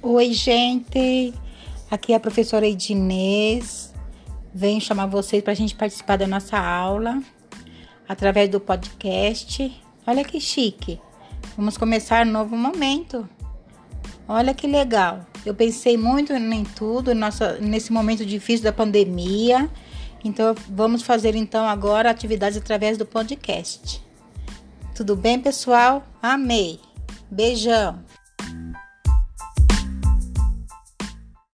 Oi, gente. Aqui é a professora Edinês. Venho chamar vocês para a gente participar da nossa aula através do podcast. Olha que chique. Vamos começar um novo momento. Olha que legal. Eu pensei muito em tudo nesse momento difícil da pandemia. Então, vamos fazer agora atividades através do podcast. Tudo bem, pessoal? Amei. Beijão.